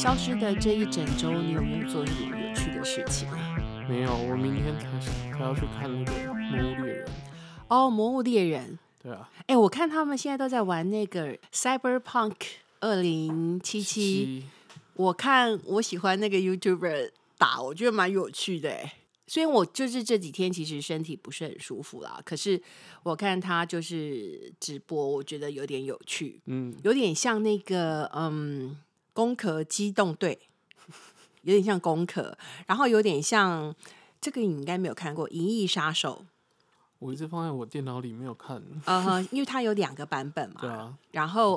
消失的这一整周，你有没有做什么有趣的事情啊？ 没有，我明天才要去看那个《魔物猎人》。 哦，《魔物猎人》。 对啊， 我看他们现在都在玩那个 Cyberpunk 2077。我看我喜欢那个 YouTuber 打，我觉得蛮有趣的哎。虽然我就是这几天其实身体不是很舒服啦，可是我看他就是直播，我觉得有点有趣，有点像那个攻壳机动队，有点像攻壳，然后有点像这个你应该没有看过《银翼杀手》。 我一直放在我电脑里没有看。 因为它有2个版本嘛。 对啊。 然后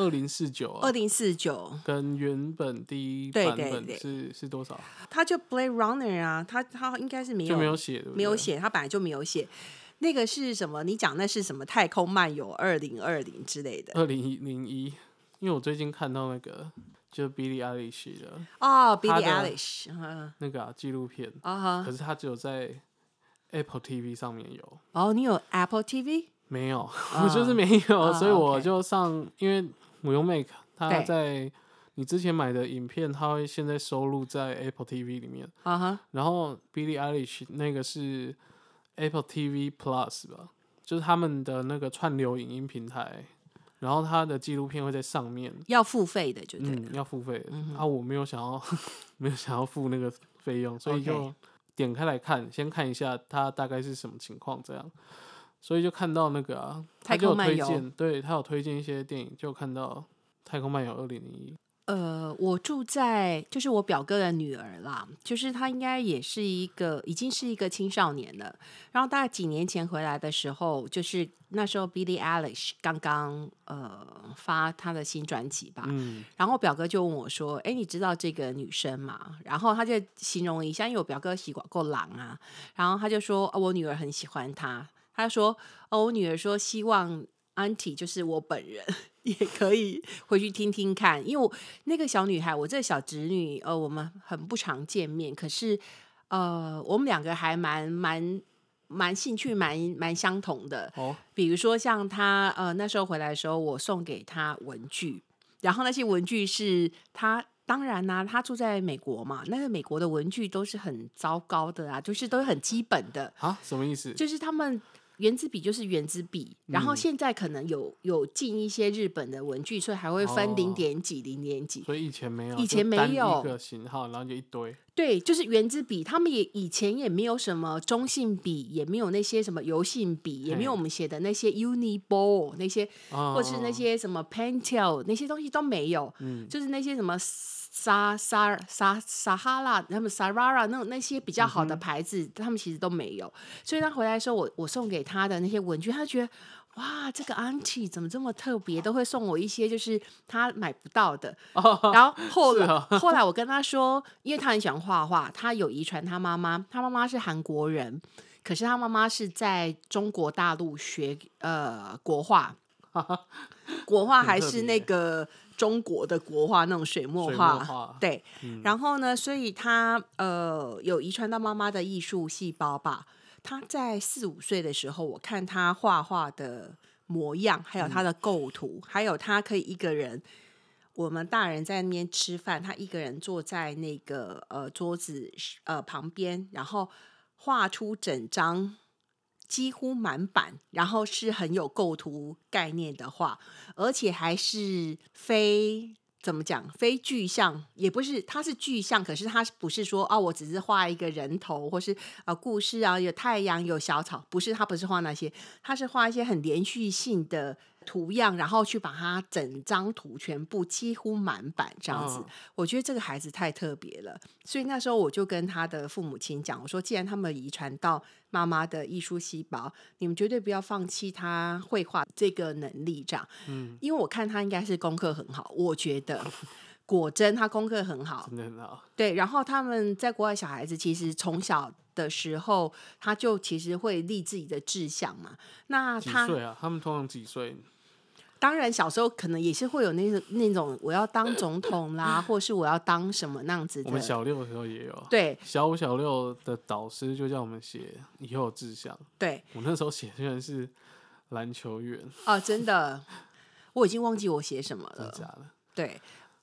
2049啊。 2049 跟原本第一版本是多少？ 他就 Blade Runner 啊，他应该是没有就没有写，对不对？ 没有写，他本来就没有写。那个是什么？你讲那是什么？太空漫游2020之类的。 2001，因为我最近看到那个就是 Billie Eilish 的 Billie Eilish 那个纪录片，可是他只有在 Apple TV 上面有。 哦，你有 Apple TV？ 没有，我就是没有，所以我就上，因为我用 Mac， 它在你之前买的影片，它会现在收录在 Apple TV 里面。然后 Billie Eilish 那个是 Apple TV Plus 吧，就是他们的那个串流影音平台，然后它的纪录片会在上面， 要付费的就对了。 要付费的。我没有想要付那个费用，所以就点开来看，先看一下它大概是什么情况这样。所以就看到那个他就有推荐，对，他有推荐一些电影，就看到《太空漫游2001》。 我住在就是我表哥的女儿啦，就是她应该也是已经是一个青少年了。然后大概几年前回来的时候，就是那时候 Billie Eilish 刚刚发她的新专辑吧。然后表哥就问我说：“你知道这个女生吗？”然后他就形容一下，因为我表哥喜欢够狼啊，然后他就说：“我女儿很喜欢她。”他说：“我女儿说希望 Auntie 就是我本人也可以回去听听看，因为我那个小女孩，我这个小侄女，我们很不常见面，可是我们2个还蛮兴趣蛮相同的。比如说像她那时候回来的时候，我送给她文具，然后那些文具是她。”当然啦，他住在美国嘛，那个美国的文具都是很糟糕的啊，就是都是很基本的。 什么意思？ 就是他们原子笔就是原子笔，然后现在可能有进一些日本的文具，所以还会分0点几0点几。 所以以前没有， 以前没有一个型号，然后就一堆。 对，就是原子笔，他们以前也没有什么中性笔，也没有那些什么油性笔，也没有我们写的那些 Uniball 那些，或是那些什么 Pentel 那些东西都没有。就是那些什么撒哈拉，他们 Sarara 那些比较好的牌子，他们其实都没有。所以他回来的时候，我送给他的那些文具，他觉得哇，这个 Auntie 怎么这么特别，都会送我一些就是他买不到的。然后后来我跟他说，因为他很喜欢画画，他有遗传他妈妈，他妈妈是韩国人，可是他妈妈是在中国大陆学国画。国画还是那个中国的国画那种水墨画，对。然后呢，所以他有遗传到妈妈的艺术细胞吧。他在4、5岁的时候，我看他画画的模样，还有他的构图，还有他可以一个人，我们大人在那边吃饭，他一个人坐在那个桌子旁边，然后画出整张几乎满版，然后是很有构图概念的画，而且还是怎么讲？非具象，也不是，它是具象，可是它不是说我只是画一个人头，或是故事啊，有太阳有小草，不是，它不是画那些，它是画一些很连续性的图样，然后去把它整张图全部几乎满版这样子。我觉得这个孩子太特别了，所以那时候我就跟他的父母亲讲，我说既然他们遗传到妈妈的艺术细胞，你们绝对不要放弃他绘画这个能力这样。因为我看他应该是功课很好，我觉得果真他功课很好， 真的很好。 对，然后他们在国外小孩子其实从小的时候他就其实会立自己的志向嘛。那几岁啊？他们通常几岁？ 当然小时候可能也是会有那种我要当总统啦，或是我要当什么那样子的。 我们小6的时候也有。 对， 小5、小6的导师就叫我们写以后的志向。 对， 我那时候写居然是篮球员。 真的，我已经忘记我写什么了。 真的假的？ 对，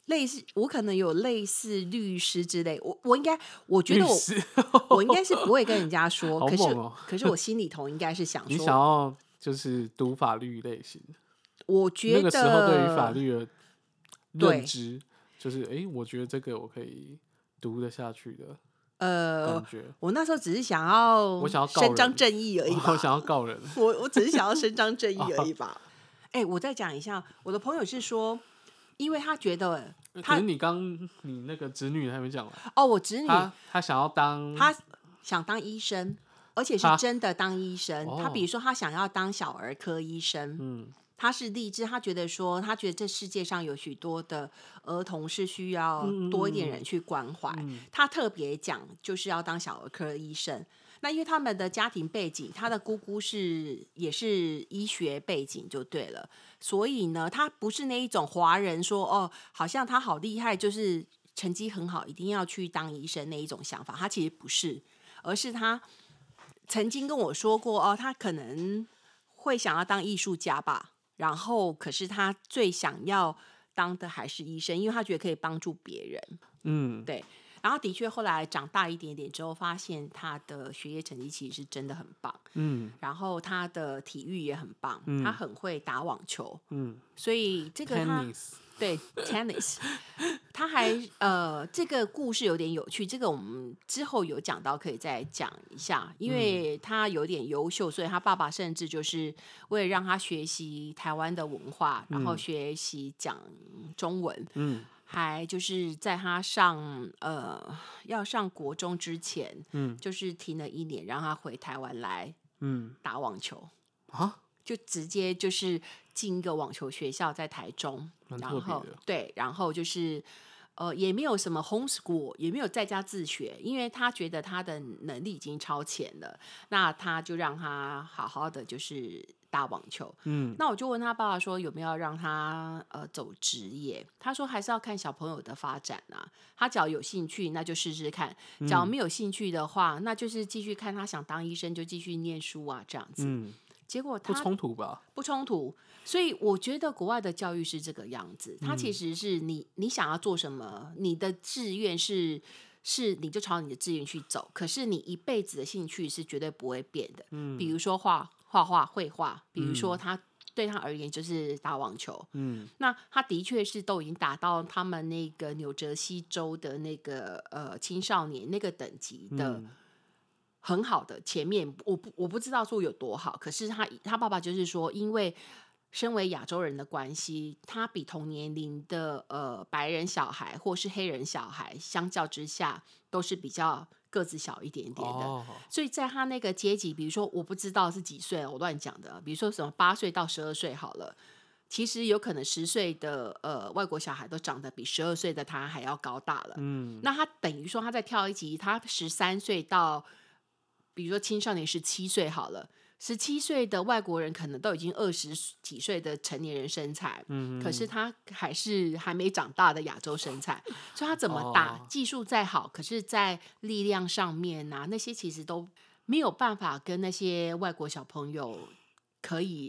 类似，我可能有类似律师之类，我觉得我应该是不会跟人家说， 好猛哦， 可是我心里头应该是想说， 你想要就是读法律类型的， 我觉得那个时候对于法律的认知，就是我觉得这个我可以读得下去的。感觉我那时候只是想要伸张正义而已吧。 我想要告人， 我只是想要伸张正义而已吧。我再讲一下，我的朋友是说，因为他觉得可是你那个侄女还没讲完哦，我侄女她想当医生，而且是真的当医生。他比如说他想要当小儿科医生，他是立志，他觉得这世界上有许多的儿童是需要多一点人去关怀。他特别讲就是要当小儿科医生。那因为他们的家庭背景，他的姑姑也是医学背景就对了，所以呢，他不是那一种华人说好像他好厉害，就是成绩很好，一定要去当医生那一种想法。他其实不是，而是他曾经跟我说过他可能会想要当艺术家吧。然后，可是他最想要当的还是医生，因为他觉得可以帮助别人。对。然后的确，后来长大一点点之后，发现他的学业成绩其实是真的很棒。然后他的体育也很棒，他很会打网球。所以这个对 tennis， 他还这个故事有点有趣，这个我们之后有讲到，可以再讲一下。因为他有点优秀，所以他爸爸甚至就是为了让他学习台湾的文化，然后学习讲中文。还就是在他要上国中之前，就是停了1年，让他回台湾来打网球就直接就是进一个网球学校在台中，然后对，然后就是也没有什么 homeschool， 也没有在家自学，因为他觉得他的能力已经超前了，那他就让他好好的就是打网球。那我就问他爸爸说有没有让他走职业，他说还是要看小朋友的发展啊，他只要有兴趣那就试试看，只要没有兴趣的话，那就是继续看他想当医生就继续念书啊这样子。结果他不冲突吧？ 不冲突，所以我觉得国外的教育是这个样子，它其实是你想要做什么，你的志愿是你就朝你的志愿去走，可是你一辈子的兴趣是绝对不会变的。比如说画画、绘画，比如说他对他而言就是打网球。那他的确是都已经达到他们那个纽泽西州的那个青少年那个等级的。很好的前面我不知道说有多好，可是他爸爸就是说，因为身为亚洲人的关系，他比同年龄的白人小孩或是黑人小孩相较之下都是比较个子小一点点的。所以在他那个阶级，比如说我不知道是几岁，我乱讲的，比如说什么8岁到12岁好了，其实有可能10岁的外国小孩都长得比12岁的他还要高大了。那他等于说他在跳一级，他13岁到比如说青少年17岁好了，17岁的外国人可能都已经20几岁的成年人身材，可是他还没长大的亚洲身材，所以他怎么打，技术再好，可是在力量上面啊，那些其实都没有办法跟那些外国小朋友可以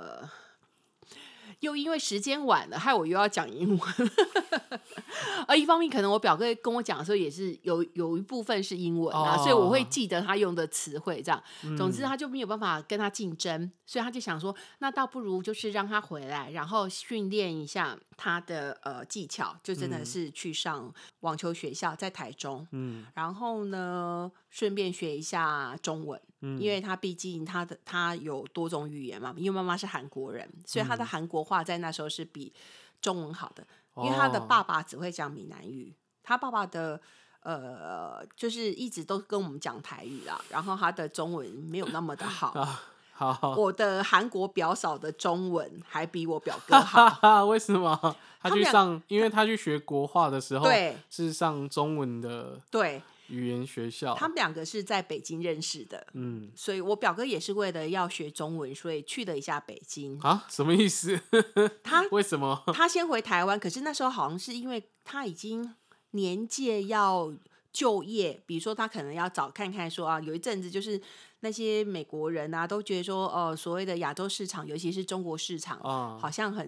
又因为时间晚了，害我又要讲英文。一方面可能我表哥跟我讲的时候也是有一部分是英文啊，所以我会记得他用的词汇这样。总之他就没有办法跟他竞争，所以他就想说，那倒不如就是让他回来，然后训练一下他的技巧，就真的是去上网球学校，在台中。然后呢，顺便学一下中文。因为他毕竟他有多种语言嘛，因为妈妈是韩国人，所以他的韩国话在那时候是比中文好的。因为他的爸爸只会讲闽南语，他爸爸的就是一直都跟我们讲台语啦，然后他的中文没有那么的好。我的韩国表嫂的中文还比我表哥好。 为什么？因为他去学国画的时候，是上中文的语言学校。 他们2个是在北京认识的。所以我表哥也是为了要学中文，所以去了一下北京。 什么意思？为什么？ 他先回台湾，可是那时候好像是因为他已经年届要就业，比如说他可能要找看看说有一阵子就是那些美国人啊都觉得说所谓的亚洲市场，尤其是中国市场，好像很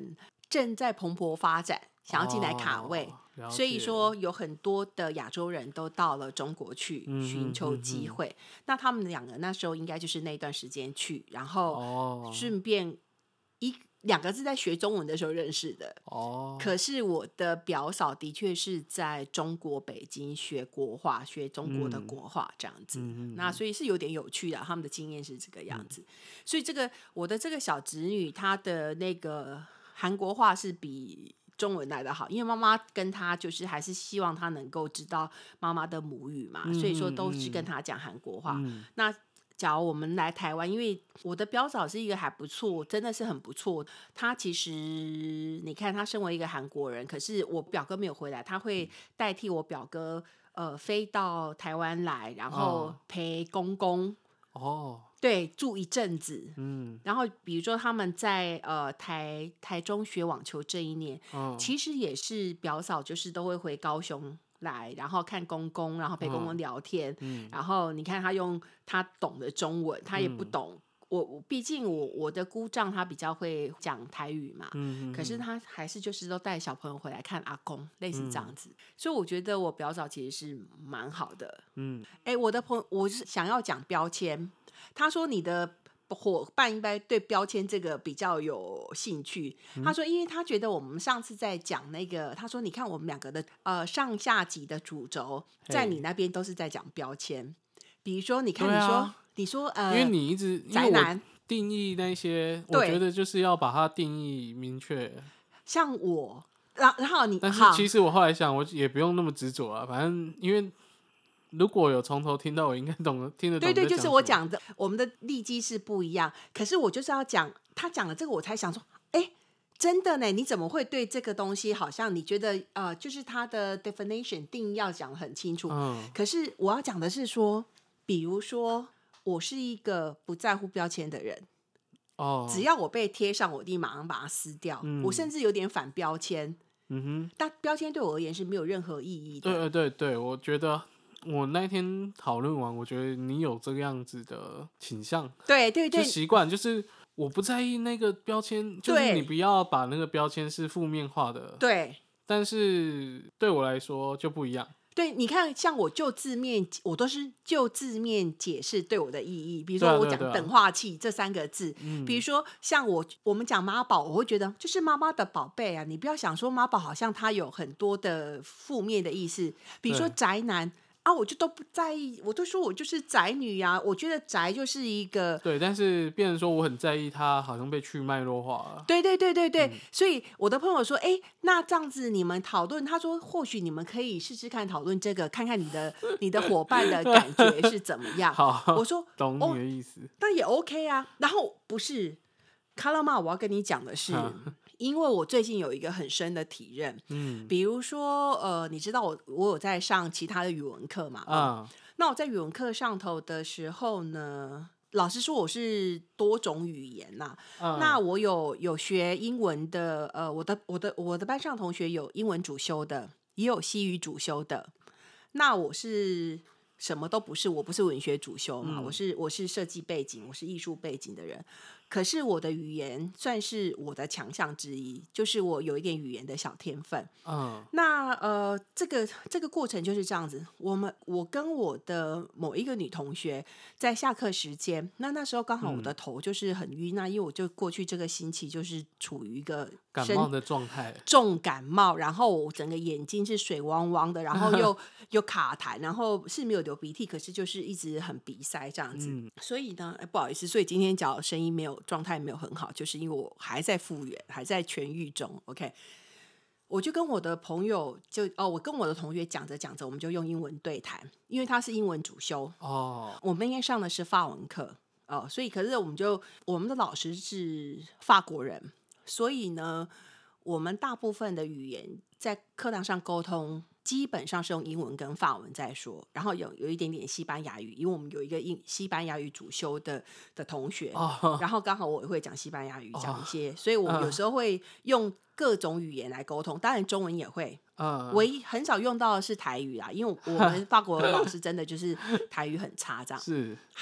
正在蓬勃发展，想要进来卡位。所以说有很多的亚洲人都到了中国去寻求机会。那他们两个那时候应该就是那段时间去，然后顺便两个是在学中文的时候认识的。可是我的表嫂的确是在中国北京学国画，学中国的国画这样子。那所以是有点有趣的，他们的经验是这个样子。所以我的这个小侄女，她的那个韩国话是比中文来的好，因为妈妈跟她就是还是希望她能够知道妈妈的母语嘛，所以说都是跟她讲韩国话。那假如我们来台湾，因为我的表嫂是一个还不错，真的是很不错。她其实你看，她身为一个韩国人，可是我表哥没有回来，她会代替我表哥飞到台湾来，然后陪公公。对，住一阵子。然后比如说他们在台中学网球这一年，其实也是表嫂就是都会回高雄来，然后看公公，然后陪公公聊天。然后你看他用他懂的中文，他也不懂。我毕竟我的姑丈他比较会讲台语嘛，可是他还是就是都带小朋友回来看阿公，类似这样子。所以我觉得我表嫂其实是蛮好的。我的朋友，我是想要讲标签，他说你的伙伴应该对标签这个比较有兴趣。他说因为他觉得我们上次在讲那个，他说你看我们两个的上下集的主轴在你那边都是在讲标签。比如说你看你说因为你一直宅男定义那些，我觉得就是要把它定义明确。 像我，然后但是其实我后来想，我也不用那么执着啊。反正因为如果有从头听到，我应该听得懂。 对，就是我讲的，我们的立基是不一样。可是我就是要讲他讲的这个，我才想说，真的呢？你怎么会对这个东西好像你觉得就是它的 definition 定义要讲得很清楚？可是我要讲的是说，比如说我是一个不在乎标签的人。只要我被贴上，我一定马上把它撕掉。我甚至有点反标签。但标签对我而言是没有任何意义的。 对，我觉得我那天讨论完，我觉得你有这个样子的倾向。 对， 就习惯，就是我不在意那个标签，就是你不要把那个标签是负面化的。 对， 但是对我来说就不一样。 对，你看，像我我都是就字面解释对我的意义。比如说我讲等化器这3个字，比如说像我们讲妈宝，我会觉得就是妈妈的宝贝啊，你不要想说妈宝好像它有很多的负面的意思。比如说宅男啊，我就都不在意，我都说我就是宅女啊。我觉得宅就是一个对，但是变成说我很在意他好像被去脉络化了。 对，所以我的朋友说，那这样子你们讨论，他说或许你们可以试试看讨论这个，看看你的伙伴的感觉是怎么样。 好， 我说懂你的意思， 那也 OK 啊。然后不是卡拉玛，我要跟你讲的是。因为我最近有一个很深的体认，比如说你知道我有在上其他的语文课嘛？那我在语文课上头的时候呢，老实说我是多种语言呐。那我有学英文的，我的班上同学有英文主修的，也有西语主修的。那我是什么都不是，我不是文学主修嘛，我是设计背景，我是艺术背景的人。可是我的语言算是我的强项之一，就是我有一点语言的小天分。那这个过程就是这样子。我跟我的某一个女同学在下课时间，那时候刚好我的头就是很晕，那因为我就过去这个星期就是处于一个感冒的状态， 重感冒，然后我整个眼睛是水汪汪的，然后又卡痰，然后是没有流鼻涕，可是就是一直很鼻塞这样子。所以呢，不好意思，所以今天假如声音状态没有很好，就是因为我还在复原，还在痊愈中。 OK， 我就跟我的朋友我跟我的同学讲着讲着，我们就用英文对谈，因为他是英文主修。我们那天上的是法文课，所以可是我们的老师是法国人，所以呢我们大部分的语言在课堂上沟通基本上是用英文跟法文在说，然后有一点点西班牙语，因为我们有一个西班牙语主修的同学，然后刚好我也会讲西班牙语，讲一些，所以我有时候会用各种语言来沟通，当然中文也会。唯一很少用到的是台语啦，因为我们法国的老师真的就是台语很差这样。 是。 好，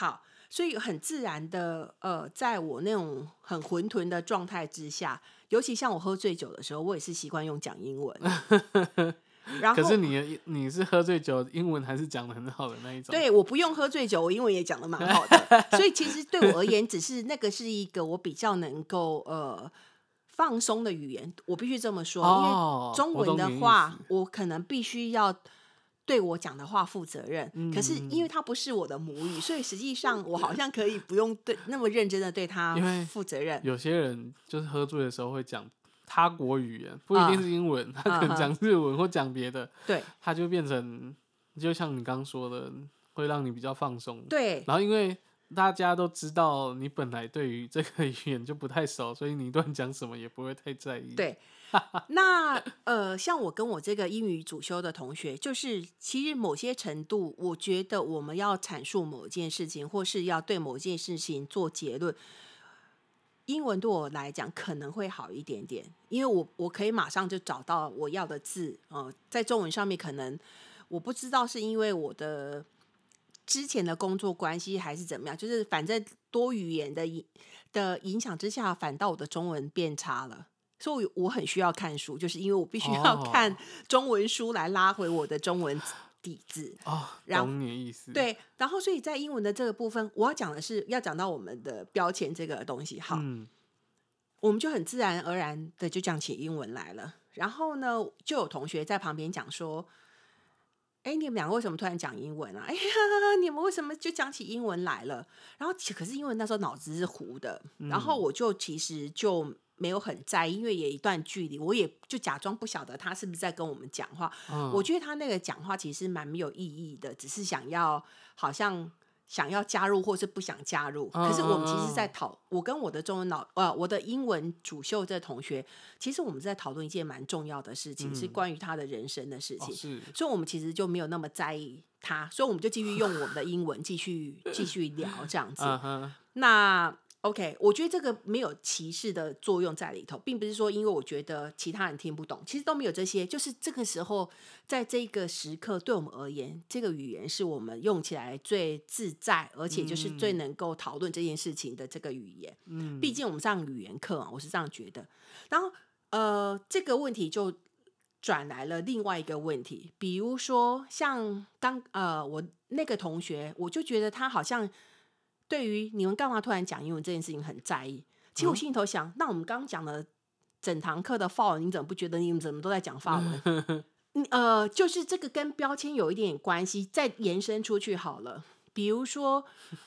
所以很自然的在我那种很混沌的状态之下，尤其像我喝醉酒的时候，我也是习惯用讲英文。 然后可是你是喝醉酒英文还是讲得很好的那一种？ 对，我不用喝醉酒，我英文也讲得蛮好的。所以其实对我而言，只是那个是一个我比较能够放松的语言，我必须这么说。因为中文的话，我可能必须要对我讲的话负责任。可是因为它不是我的母语，所以实际上我好像可以不用那么认真的对他负责任。 有些人就是喝醉的时候会讲他国语言，不一定是英文，他可能讲日文或讲别的， 对， 他就变成就像你刚刚说的，会让你比较放松。 对， 然后因为大家都知道你本来对于这个语言就不太熟，所以你乱讲什么也不会太在意。 对，那像我跟我这个英语主修的同学，就是其实某些程度，我觉得我们要阐述某件事情，或是要对某件事情做结论。英文对我来讲可能会好一点点，因为我可以马上就找到我要的字。在中文上面可能我不知道是因为我的之前的工作关系还是怎么样，就是反正多语言的影响之下，反倒我的中文变差了。所以我很需要看书，就是因为我必须要看中文书来拉回我的中文底子。 懂你的意思。 对，然后所以在英文的这个部分，我要讲的是要讲到我们的标签这个东西。好，我们就很自然而然的就讲起英文来了。然后呢，就有同学在旁边讲说：“哎，你们两个为什么突然讲英文啊？哎呀，你们为什么就讲起英文来了？”然后可是因为那时候脑子是糊的，然后我就其实就没有很在意，因为也一段距离，我也就假装不晓得他是不是在跟我们讲话。我觉得他那个讲话其实蛮没有意义的，只是好像想要加入或是不想加入。可是我们其实在我跟我的我的英文主修这同学，其实我们在讨论一件蛮重要的事情，是关于他的人生的事情。所以我们其实就没有那么在意他，所以我们就继续用我们的英文继续聊这样子。那OK， 我觉得这个没有歧视的作用在里头，并不是说因为我觉得其他人听不懂，其实都没有这些，就是这个时候在这个时刻对我们而言，这个语言是我们用起来最自在，而且就是最能够讨论这件事情的这个语言。毕竟我们上语言课嘛，我是这样觉得。然后这个问题就转来了另外一个问题，比如说像我那个同学，我就觉得他好像对于你们干嘛突然讲英文这件事情很在意。其实我心里头想，那我们刚刚讲了整堂课的法文，你怎么不觉得你们怎么都在讲法文？就是这个跟标签有一点关系，再延伸出去好了。比如说，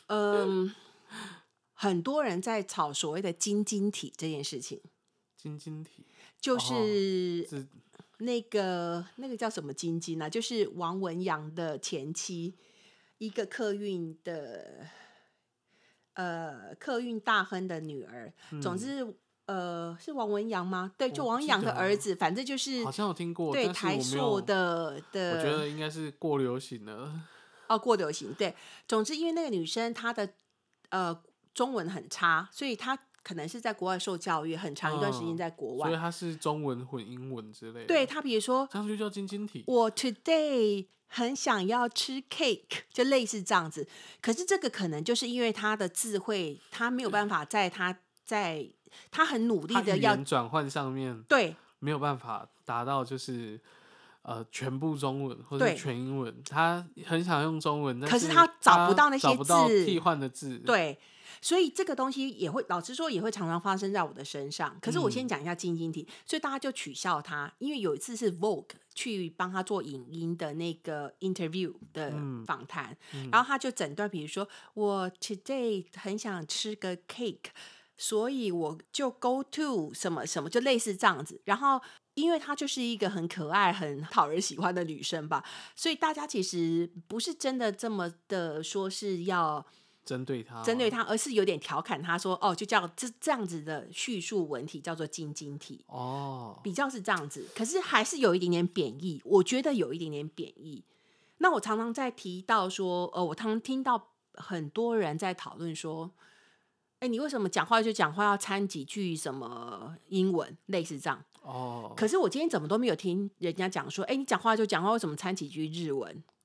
很多人在吵所谓的晶晶体这件事情。 晶晶体就是那个叫什么晶晶啊？就是王文洋的前妻，一个客运大亨的女儿。总之是王文洋吗？对，就王文洋的儿子，反正就是好像有听过， 对，台塑的， 我觉得应该是过流行了。 过流行。对，总之因为那个女生她的中文很差，所以她可能是在国外受教育，很长一段时间在国外， 所以她是中文混英文之类的。 对，她比如说这样就叫晶晶体。 我 today 很想要吃 cake， 就类似这样子。可是这个可能就是因为她的智慧，她没有办法在她很努力的要转换上面， 对， 没有办法达到就是全部中文或者全英文。他很想用中文， 可是他找不到那些字替换的字。 对，所以这个东西也会，老实说也会常常发生在我的身上。可是我先讲一下晶晶体，所以大家就取笑他，因为有一次是 Vogue 去帮他做影音的那个 interview 的访谈，然后他就整段，比如说我 today 很想吃个 cake， 所以我就 go to 什么什么，就类似这样子。然后因为她就是一个很可爱很讨人喜欢的女生吧，所以大家其实不是真的这么的说是要针对她， 而是有点调侃她说就叫这样子的叙述文体叫做晶晶体比较是这样子。可是还是有一点点贬义，我觉得有一点点贬义。那我常常在提到说我常常听到很多人在讨论说你为什么讲话就讲话要掺几句什么英文，类似这样可是我今天怎么都没有听人家讲说你讲话就讲话为什么掺几句日文。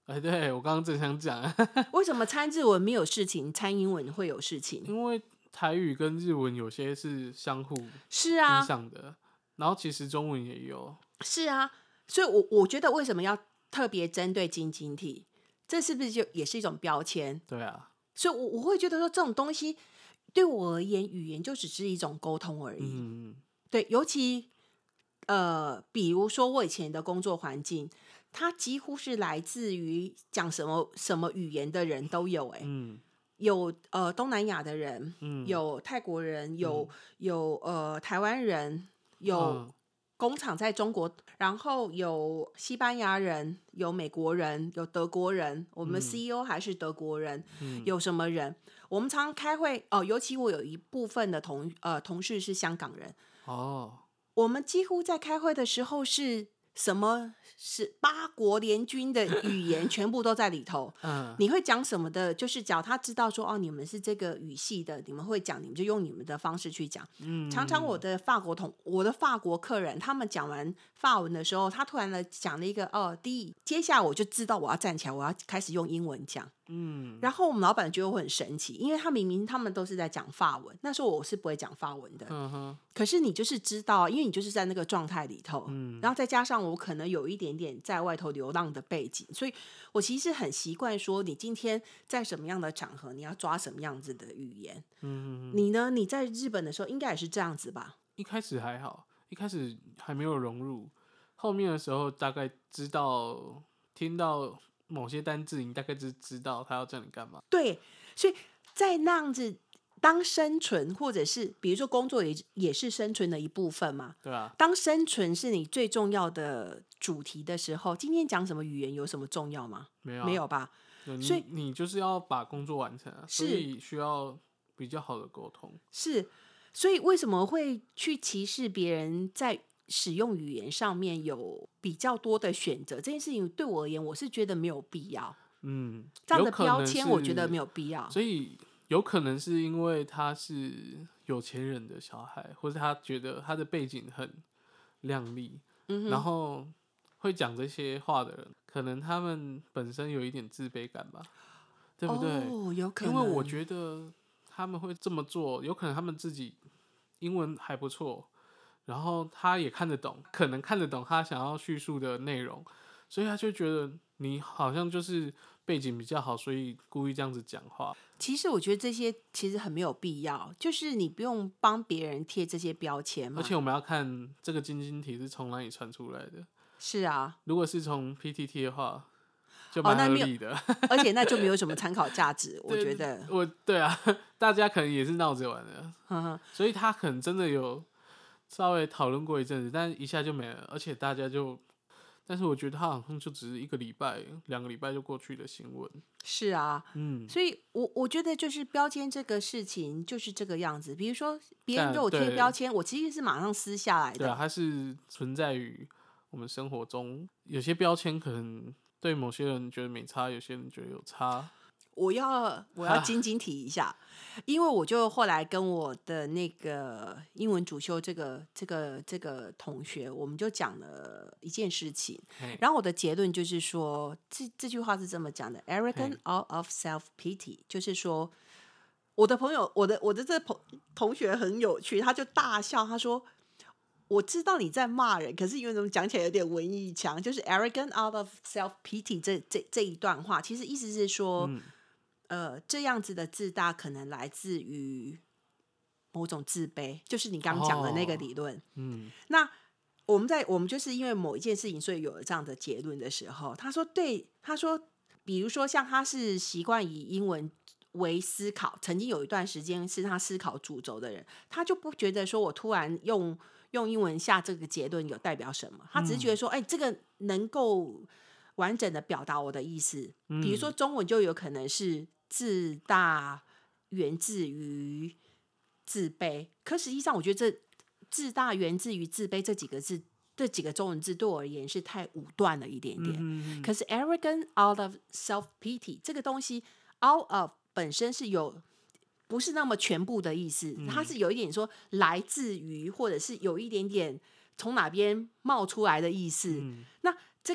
对，我刚刚正想讲， 为什么参日文没有事情，参英文会有事情？ 因为台语跟日文有些是相互影响的，然后其实中文也有。 是啊，所以我觉得为什么要特别针对晶晶体，这是不是就也是一种标签？ 对啊， 所以我会觉得说这种东西对我而言，语言就只是一种沟通而已。对，尤其比如说我以前的工作环境，它几乎是来自于讲什么语言的人都有有东南亚的人，有泰国人，有台湾人，有工厂在中国，然后有西班牙人，有美国人，有德国人，我们 CEO 还是德国人，有什么人？我们常常开会尤其我有一部分的同事是香港人我们几乎在开会的时候是什么是8国联军的语言全部都在里头你会讲什么的，就是只要他知道说你们是这个语系的，你们会讲，你们就用你们的方式去讲常常我的法国客人，他们讲完法文的时候，他突然讲了一个接下来我就知道我要站起来，我要开始用英文讲然后我们老板觉得我很神奇，因为他明明他们都是在讲法文，那时候我是不会讲法文的可是你就是知道，因为你就是在那个状态里头然后再加上我可能有一点点在外头流浪的背景，所以我其实很习惯说你今天在什么样的场合你要抓什么样子的语言你呢？你在日本的时候应该也是这样子吧？ 一开始还好，一开始还没有融入，后面的时候大概知道，听到某些单字，你大概就知道他要叫你干嘛。 对，所以在那样子当生存，或者是比如说工作也是生存的一部分嘛。 对啊。 当生存是你最重要的主题的时候，今天讲什么语言有什么重要吗？没有吧？ 所以你就是要把工作完成所以需要比较好的沟通。 是，所以为什么会去歧视别人在使用语言上面有比较多的选择？这件事情对我而言，我是觉得没有必要。这样的标签我觉得没有必要。 所以有可能是因为他是有钱人的小孩，或者他觉得他的背景很亮丽，然后会讲这些话的人，可能他们本身有一点自卑感吧，对不对？ 有可能。 因为我觉得他们会这么做，有可能他们自己英文还不错，然后他也看得懂，可能看得懂他想要叙述的内容，所以他就觉得你好像就是背景比较好，所以故意这样子讲话。 其实我觉得这些其实很没有必要，就是你不用帮别人贴这些标签嘛。 而且我们要看这个晶晶体是从哪里传出来的。 是啊， 如果是从 PTT 的话，就蛮合理的。 而且那就没有什么参考价值，我觉得。 对啊，大家可能也是闹着玩的，所以他可能真的有稍微讨论过一阵子，但一下就没了，而且大家就。但是我觉得他好像就只是1个礼拜、2个礼拜就过去的新闻。 是啊，所以我觉得就是标签这个事情就是这个样子。比如说别人对我贴标签，我其实是马上撕下来的。 对啊，它是存在于我们生活中，有些标签可能对某些人觉得没差，有些人觉得有差。 我要晶晶提一下，因为我就后来跟我的那个英文主修这个同学，我们就讲了一件事情，然后我的结论就是说，这句话是这么讲的 ：arrogant out of self pity， 就是说，我的朋友，我的这同学很有趣，他就大笑，他说。我知道你在骂人，可是因为怎么讲起来有点文艺腔，就是 arrogant out of self pity 这一段话，其实意思是说，这样子的自大可能来自于某种自卑，就是你刚讲的那个理论。那我们就是因为某一件事情，所以有了这样的结论的时候，他说，比如说像他是习惯以英文为思考，曾经有一段时间是他思考主轴的人，他就不觉得说我突然用英文下这个结论有代表什么，他只是觉得说，这个能够完整的表达我的意思。比如说中文就有可能是自大源自于自卑，可实际上我觉得这自大源自于自卑这几个字，这几个中文字对我而言是太武断了一点点。可是 arrogant out of self pity 这个东西 out of 本身是有不是那么全部的意思，它是有一点说来自于，或者是有一点点从哪边冒出来的意思。那这个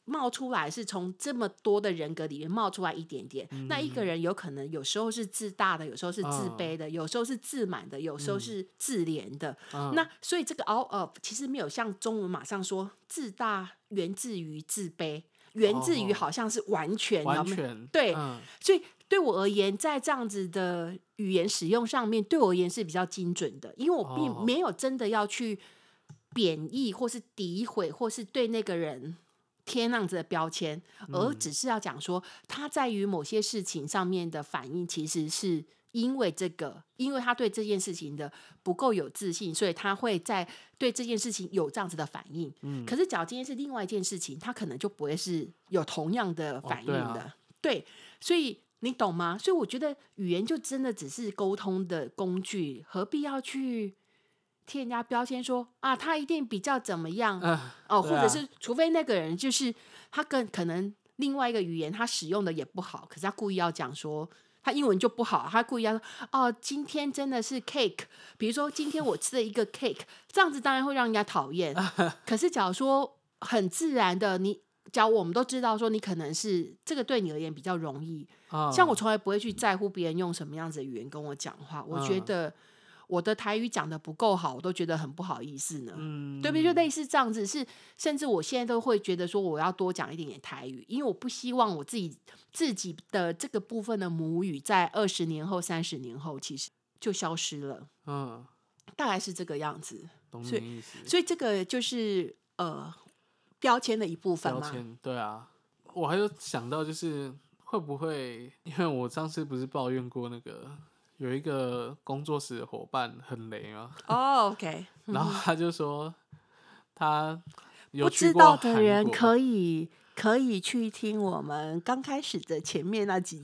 冒出来是从这么多的人格里面冒出来一点点，那一个人有可能有时候是自大的，有时候是自卑的，有时候是自满的，有时候是自怜的。那所以这个 out of 其实没有像中文马上说自大源自于自卑，源自于好像是完全对，所以对我而言，在这样子的语言使用上面，对我而言是比较精准的，因为我并没有真的要去贬义或是诋毁或是对那个人贴那样子的标签，而只是要讲说他在于某些事情上面的反应其实是因为他对这件事情的不够有自信，所以他会在对这件事情有这样子的反应。可是假如今天是另外一件事情，他可能就不会是有同样的反应的。对，所以你懂吗？所以我觉得语言就真的只是沟通的工具，何必要去贴人家标签说啊，他一定比较怎么样或者是除非那个人就是他可能另外一个语言他使用的也不好，可是他故意要讲说他英文就不好，他故意要说今天真的是 cake， 比如说今天我吃了一个 cake， 这样子当然会让人家讨厌可是假如说很自然的假如我们都知道说你可能是这个对你而言比较容易像我从来不会去在乎别人用什么样子的语言跟我讲话，我觉得我的台语讲的不够好，我都觉得很不好意思呢。对不对？就类似这样子，甚至我现在都会觉得说我要多讲一点点台语，因为我不希望我自己的这个部分的母语在20年后、30年后其实就消失了。大概是这个样子。 懂你意思。 所以这个就是标签的一部分嘛。 标签，对啊。我还有想到就是会不会，因为我上次不是抱怨过那个。有一个工作室的伙伴很雷嘛 OK 然后他就说他有不知去过道的人可以去听我们刚开始的前面那几集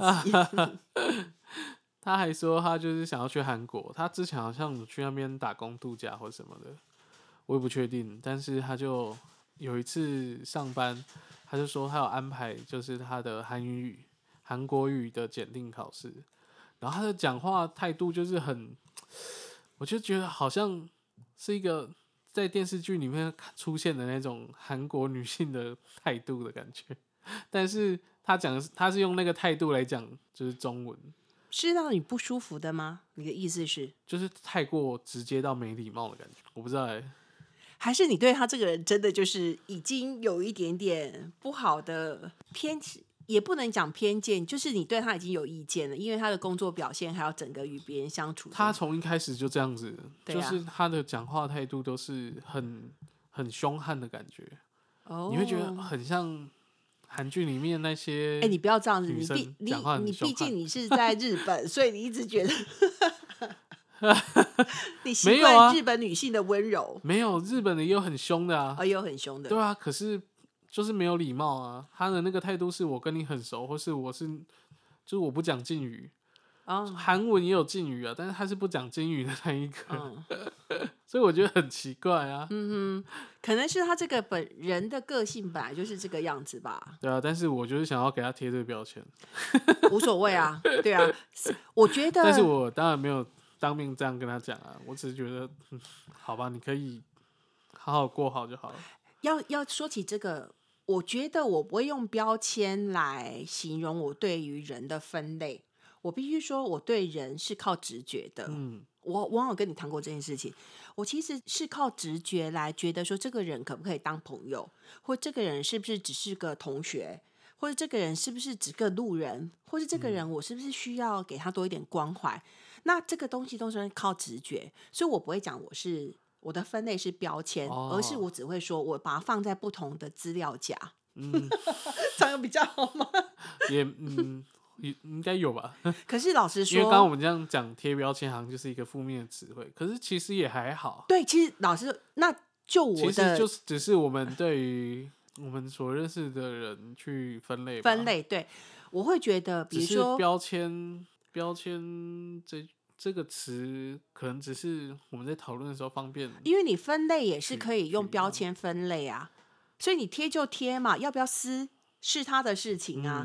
他还说他就是想要去韩国，他之前好像有去那边打工度假或什么的，我也不确定，但是他就有一次上班，他就说他有安排就是他的韩国语的检定考试，然后他的讲话态度就是我就觉得好像是一个在电视剧里面出现的那种韩国女性的态度的感觉，但是他是用那个态度来讲就是中文， 是让你不舒服的吗？你的意思是就是太过直接到没礼貌的感觉，我不知道还是你对他这个人真的就是已经有一点点不好的偏见，也不能讲偏见，就是你对他已经有意见了，因为他的工作表现还有整个与别人相处， 他从一开始就这样子就是他的讲话态度都是很凶悍的感觉你会觉得很像韩剧里面那些你不要这样子，你毕竟你是在日本所以你一直觉得你习惯日本女性的温柔没有日本的也有很凶的啊也有很凶的， 对啊，可是就是没有礼貌啊，他的那个态度是我跟你很熟，或是就是我不讲敬语韩文也有敬语啊，但是他是不讲敬语的那一个所以我觉得很奇怪啊可能是他这个本人的个性本来就是这个样子吧。 对啊，但是我就是想要给他贴这个标签无所谓啊对啊，我觉得但是我当然没有当面这样跟他讲啊，我只是觉得好吧，你可以好好过好就好了。 要说起这个，我觉得我不会用标签来形容我对于人的分类，我必须说我对人是靠直觉的我往往跟你谈过这件事情，我其实是靠直觉来觉得说这个人可不可以当朋友，或这个人是不是只是个同学，或者这个人是不是只个路人，或者这个人我是不是需要给他多一点关怀那这个东西都是靠直觉，所以我不会讲我的分类是标签而是我只会说我把它放在不同的资料夹这样比较好吗？ 也应该有吧可是老实说， 因为刚刚我们这样讲贴标签好像就是一个负面的词汇，可是其实也还好。 对，其实老实说，那就我的其实就是只是我们对于我们所认识的人去分类对，我会觉得比如说标签这个词可能只是我们在讨论的时候方便， 因为你分类也是可以用标签分类啊，所以你贴就贴嘛，要不要撕是他的事情啊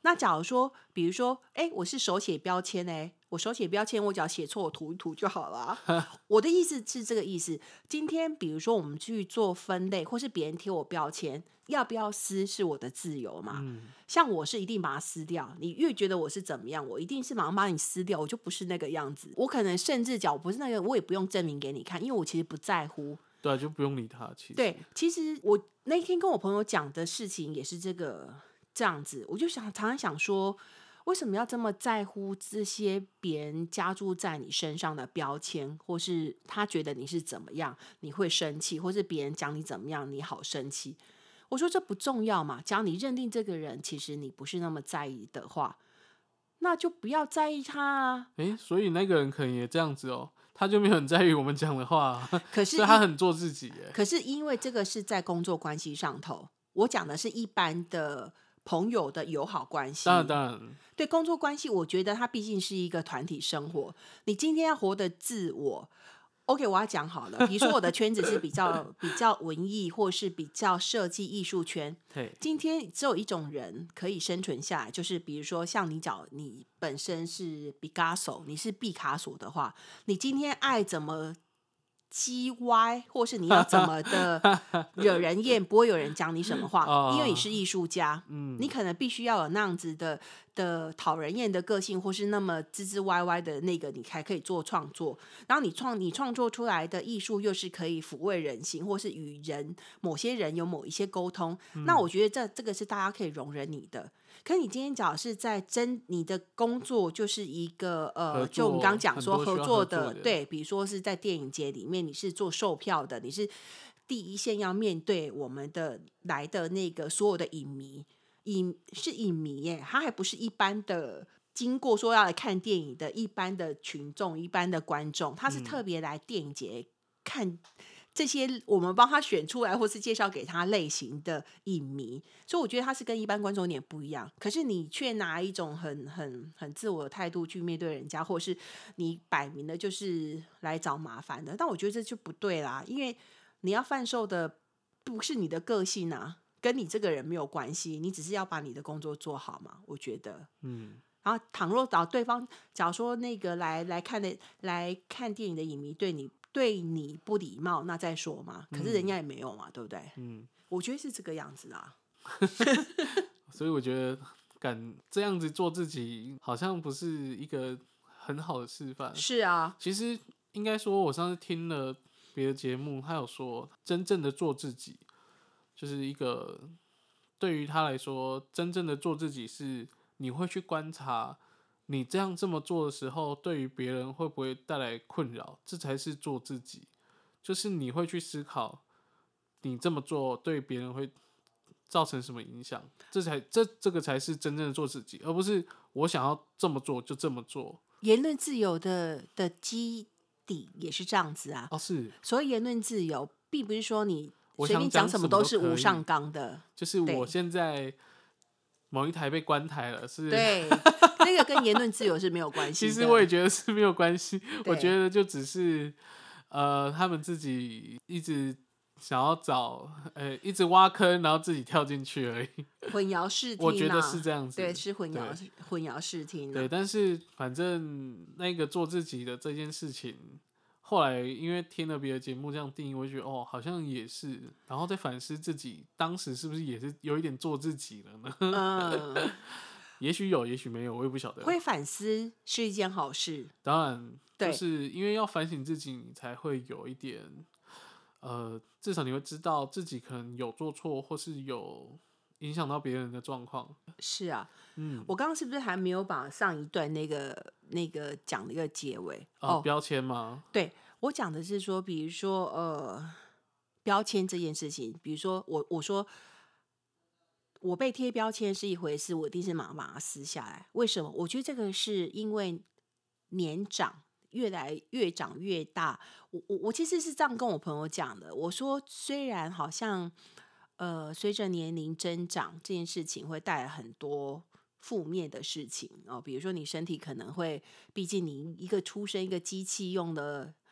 那假如说，比如说，我是手写标签我手写标签，我只要写错，我涂一涂就好了我的意思是这个意思。今天比如说我们去做分类，或是别人贴我标签，要不要撕是我的自由嘛。像我是一定把它撕掉，你越觉得我是怎么样，我一定是马上把你撕掉，我就不是那个样子。我可能甚至讲我不是那个，我也不用证明给你看，因为我其实不在乎。 对，就不用理他。 其实我那天跟我朋友讲的事情也是这样子，我就常常想说，为什么要这么在乎这些别人加注在你身上的标签，或是他觉得你是怎么样，你会生气，或是别人讲你怎么样，你好生气。我说这不重要嘛，只要你认定这个人其实你不是那么在意的话，那就不要在意他啊。 所以那个人可能也这样子哦，他就没有很在意我们讲的话， 可是所以他很做自己耶。 可是因为这个是在工作关系上头，我讲的是一般的朋友的友好关系。 当然， 对工作关系，我觉得它毕竟是一个团体生活，你今天要活得自我。OK， 我要讲好了，比如说我的圈子是比较文艺，或是比较设计艺术圈。今天只有一种人可以生存下来，就是比如说像你讲，你本身是毕加索，你是毕卡索的话，你今天爱怎么叽歪，或是你要怎么的惹人厌，不会有人讲你什么话，因为你是艺术家，你可能必须要有那样子的讨人厌的个性，或是那么吱吱歪歪的那个，你才可以做创作。然后你创作出来的艺术又是可以抚慰人心，或是与某些人有某一些沟通，那我觉得这个是大家可以容忍你的。可是你今天讲是在你的工作就是一个就我们刚刚讲说合作的，对，比如说是在电影节里面，你是做售票的，你是第一线要面对我们的来的那个所有的影迷耶，他还不是一般的经过说要来看电影的一般的群众、一般的观众，他是特别来电影节看这些我们帮他选出来或是介绍给他类型的影迷，所以我觉得他是跟一般观众有点不一样。可是你却拿一种很自我的态度去面对人家，或是你摆明的就是来找麻烦的，但我觉得这就不对啦，因为你要贩售的不是你的个性啊，跟你这个人没有关系，你只是要把你的工作做好嘛，我觉得。然后倘若找对方，假如说那个来看电影的影迷对你不礼貌，那再说嘛。可是人家也没有嘛，对不对？我觉得是这个样子啊。 所以我觉得敢这样子做自己，好像不是一个很好的示范。 是啊， 其实应该说，我上次听了别的节目，他有说，真正的做自己，就是一个对于他来说，真正的做自己是你会去观察。你这么做的时候，对于别人会不会带来困扰？这才是做自己，就是你会去思考，你这么做对别人会造成什么影响？这个才是真正的做自己，而不是我想要这么做就这么做。 言论自由的基底也是这样子啊。 是。 所谓言论自由，并不是说你随便讲什么都是无上纲的。 就是我现在某一台被关台了，是。 对。那个跟言论自由是没有关系的。 其实我也觉得是没有关系，我觉得就只是他们自己一直想要一直挖坑，然后自己跳进去而已。 混淆视听， 我觉得是这样子。 对，是混淆视听。 对，但是反正那个做自己的这件事情，后来因为听了别的节目这样定义，我就觉得好像也是，然后再反思自己当时是不是也是有一点做自己了呢？也许有，也许没有，我也不晓得。 会反思是一件好事。 当然，就是因为要反省自己，你才会有一点，至少你会知道自己可能有做错，或是有影响到别人的状况。 是啊，我刚刚是不是还没有把上一段那个讲的一个结尾？ 标签吗？ 对，我讲的是说，比如说标签这件事情，比如说我说。我被贴标签是一回事，我一定是马上把它撕下来。为什么？我觉得这个是因为年长，越长越大。我其实是这样跟我朋友讲的。我说，虽然好像随着年龄增长，这件事情会带来很多负面的事情比如说你身体可能会，毕竟你一个出生一个机器用的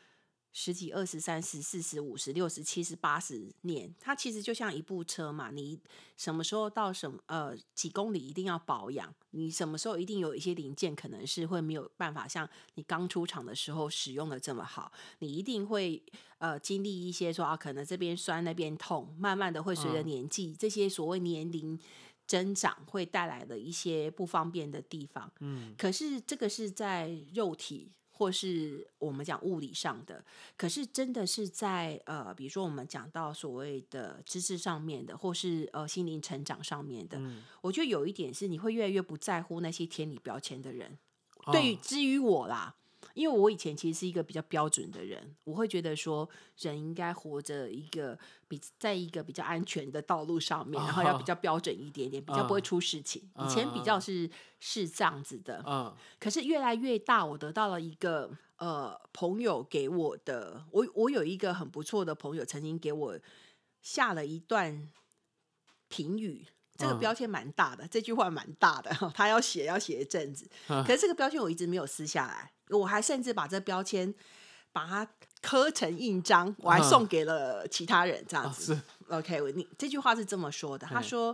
十几、20、30、40、50、60、70、80年，它其实就像一部车嘛。你什么时候到几公里一定要保养，你什么时候一定有一些零件可能是会没有办法像你刚出厂的时候使用的这么好，你一定会经历一些说可能这边酸那边痛，慢慢的会随着年纪这些所谓年龄增长会带来的一些不方便的地方。可是这个是在肉体或是我们讲物理上的，可是真的是在比如说我们讲到所谓的知识上面的，或是心灵成长上面的，我觉得有一点是你会越来越不在乎那些贴你标签的人。对于至于我啦，因为我以前其实是一个比较标准的人，我会觉得说人应该活着在一个比较安全的道路上面，然后要比较标准一点点，比较不会出事情。以前比较是这样子的，可是越来越大，我得到了一个朋友给我的，我有一个很不错的朋友，曾经给我下了一段评语。这个标签蛮大的，这句话蛮大的，他要写一阵子。可是这个标签我一直没有撕下来，我还甚至把这标签把它刻成印章，我还送给了其他人，这样子。OK， 这句话是这么说的，他说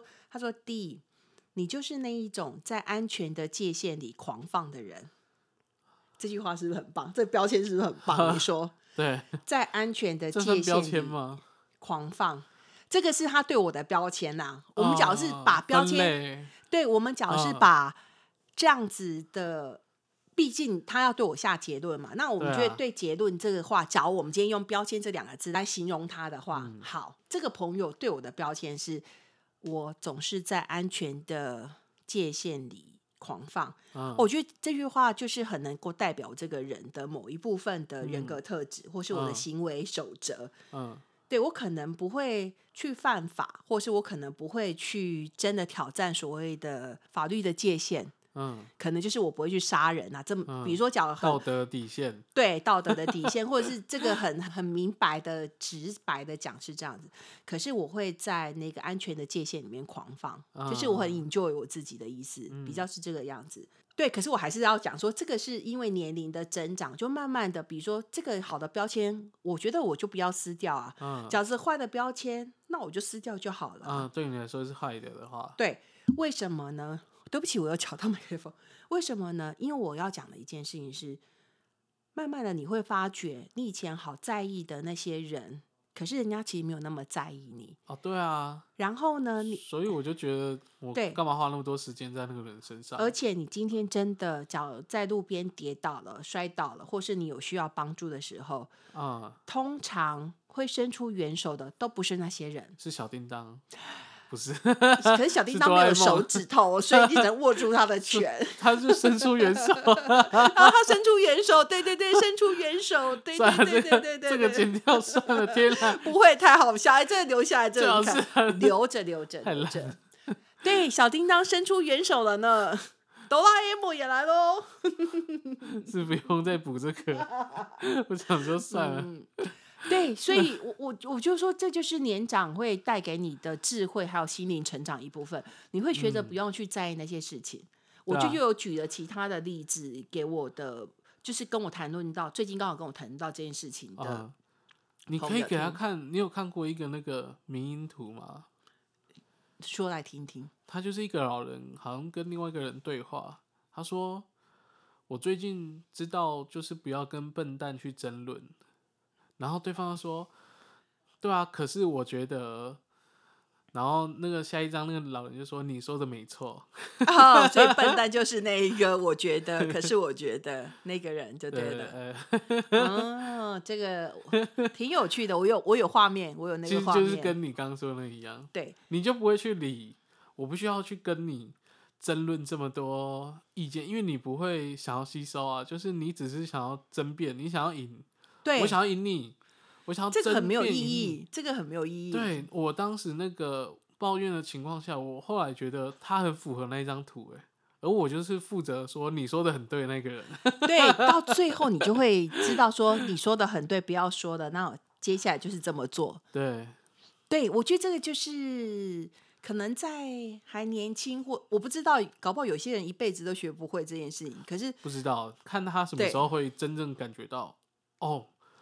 D， 你就是那一种在安全的界限里狂放的人。这句话是不是很棒？这个标签是不是很棒？你说对， 在安全的界限里这算标签吗？ 狂放。这个是他对我的标签呐。我们讲的是把标签，对，我们讲的是把这样子的，毕竟他要对我下结论嘛。那我们觉得对结论这个话，假如我们今天用标签这2个字来形容他的话，好，这个朋友对我的标签是，我总是在安全的界限里狂放。我觉得这句话就是很能够代表这个人的某一部分的人格特质，或是我的行为守则。对，我可能不会去犯法，或是我可能不会去真的挑战所谓的法律的界限。可能就是我不会去杀人啊，比如说讲道德底线， 对，道德的底线，或者是这个很明白的、直白的讲是这样子。可是我会在那个安全的界限里面狂放，就是我很 enjoy 我自己的意思，比较是这个样子。对，可是我还是要讲说，这个是因为年龄的增长，就慢慢的，比如说这个好的标签，我觉得我就不要撕掉啊。假设坏的标签，那我就撕掉就好了。 对你来说是坏的话， 对，为什么呢？对不起，我又敲到麦克风。为什么呢？因为我要讲的一件事情是，慢慢的你会发觉，你以前好在意的那些人，可是人家其实没有那么在意你。 对啊。 然后呢， 所以我就觉得，我干嘛花那么多时间在那个人身上？ 而且你今天真的脚在路边跌倒了、摔倒了，或是你有需要帮助的时候，通常会伸出援手的都不是那些人， 是小叮当。不是， 可是小叮当没有手指头，所以你只能握住他的拳。 他就伸出援手， 然后他伸出援手，对，伸出援手，对， 这个剪掉算了，天哪， 不会太好笑，这个留下来，这个留着， 太烂。 对，小叮当伸出援手了呢，哆啦 A 梦也来喽， 是不用再补这个，我想说算了。 对，所以我就说，这就是年长会带给你的智慧，还有心灵成长一部分。你会学着不用去在意那些事情。我就又有举了其他的例子给我的，就是跟我谈论到最近刚好跟我谈论到这件事情的。 你可以给他看，你有看过一个那个迷因图吗？ 说来听听。 他就是一个老人，好像跟另外一个人对话。他说：“我最近知道，就是不要跟笨蛋去争论。”然后对方说：“对啊，可是我觉得……”然后那个下一张那个老人就说：“你说的没错。” 所以笨蛋就是那一个，我觉得，可是我觉得那个人就对了。这个挺有趣的，我有画面，我有那个画面， 其实就是跟你刚刚说的那一样。 对， 你就不会去理，我不需要去跟你争论这么多意见，因为你不会想要吸收啊，就是你只是想要争辩，你想要赢。 对， 我想要赢你，我想要争辩， 这个很没有意义，这个很没有意义。 对，我当时那个抱怨的情况下，我后来觉得他很符合那一张图，而我就是负责说你说的很对那个人。 对，到最后你就会知道说你说的很对，不要说的，那接下来就是这么做。对，我觉得这个就是可能在还年轻或我不知道，搞不好有些人一辈子都学不会这件事情。可是不知道看他什么时候会真正感觉到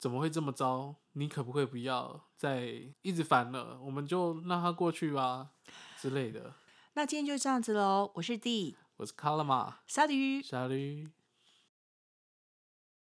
怎么会这么糟？你可不可以不要再一直烦了？我们就让他过去吧之类的。 那今天就这样子喽，我是 D， 我是卡拉玛， Salut。 Salut。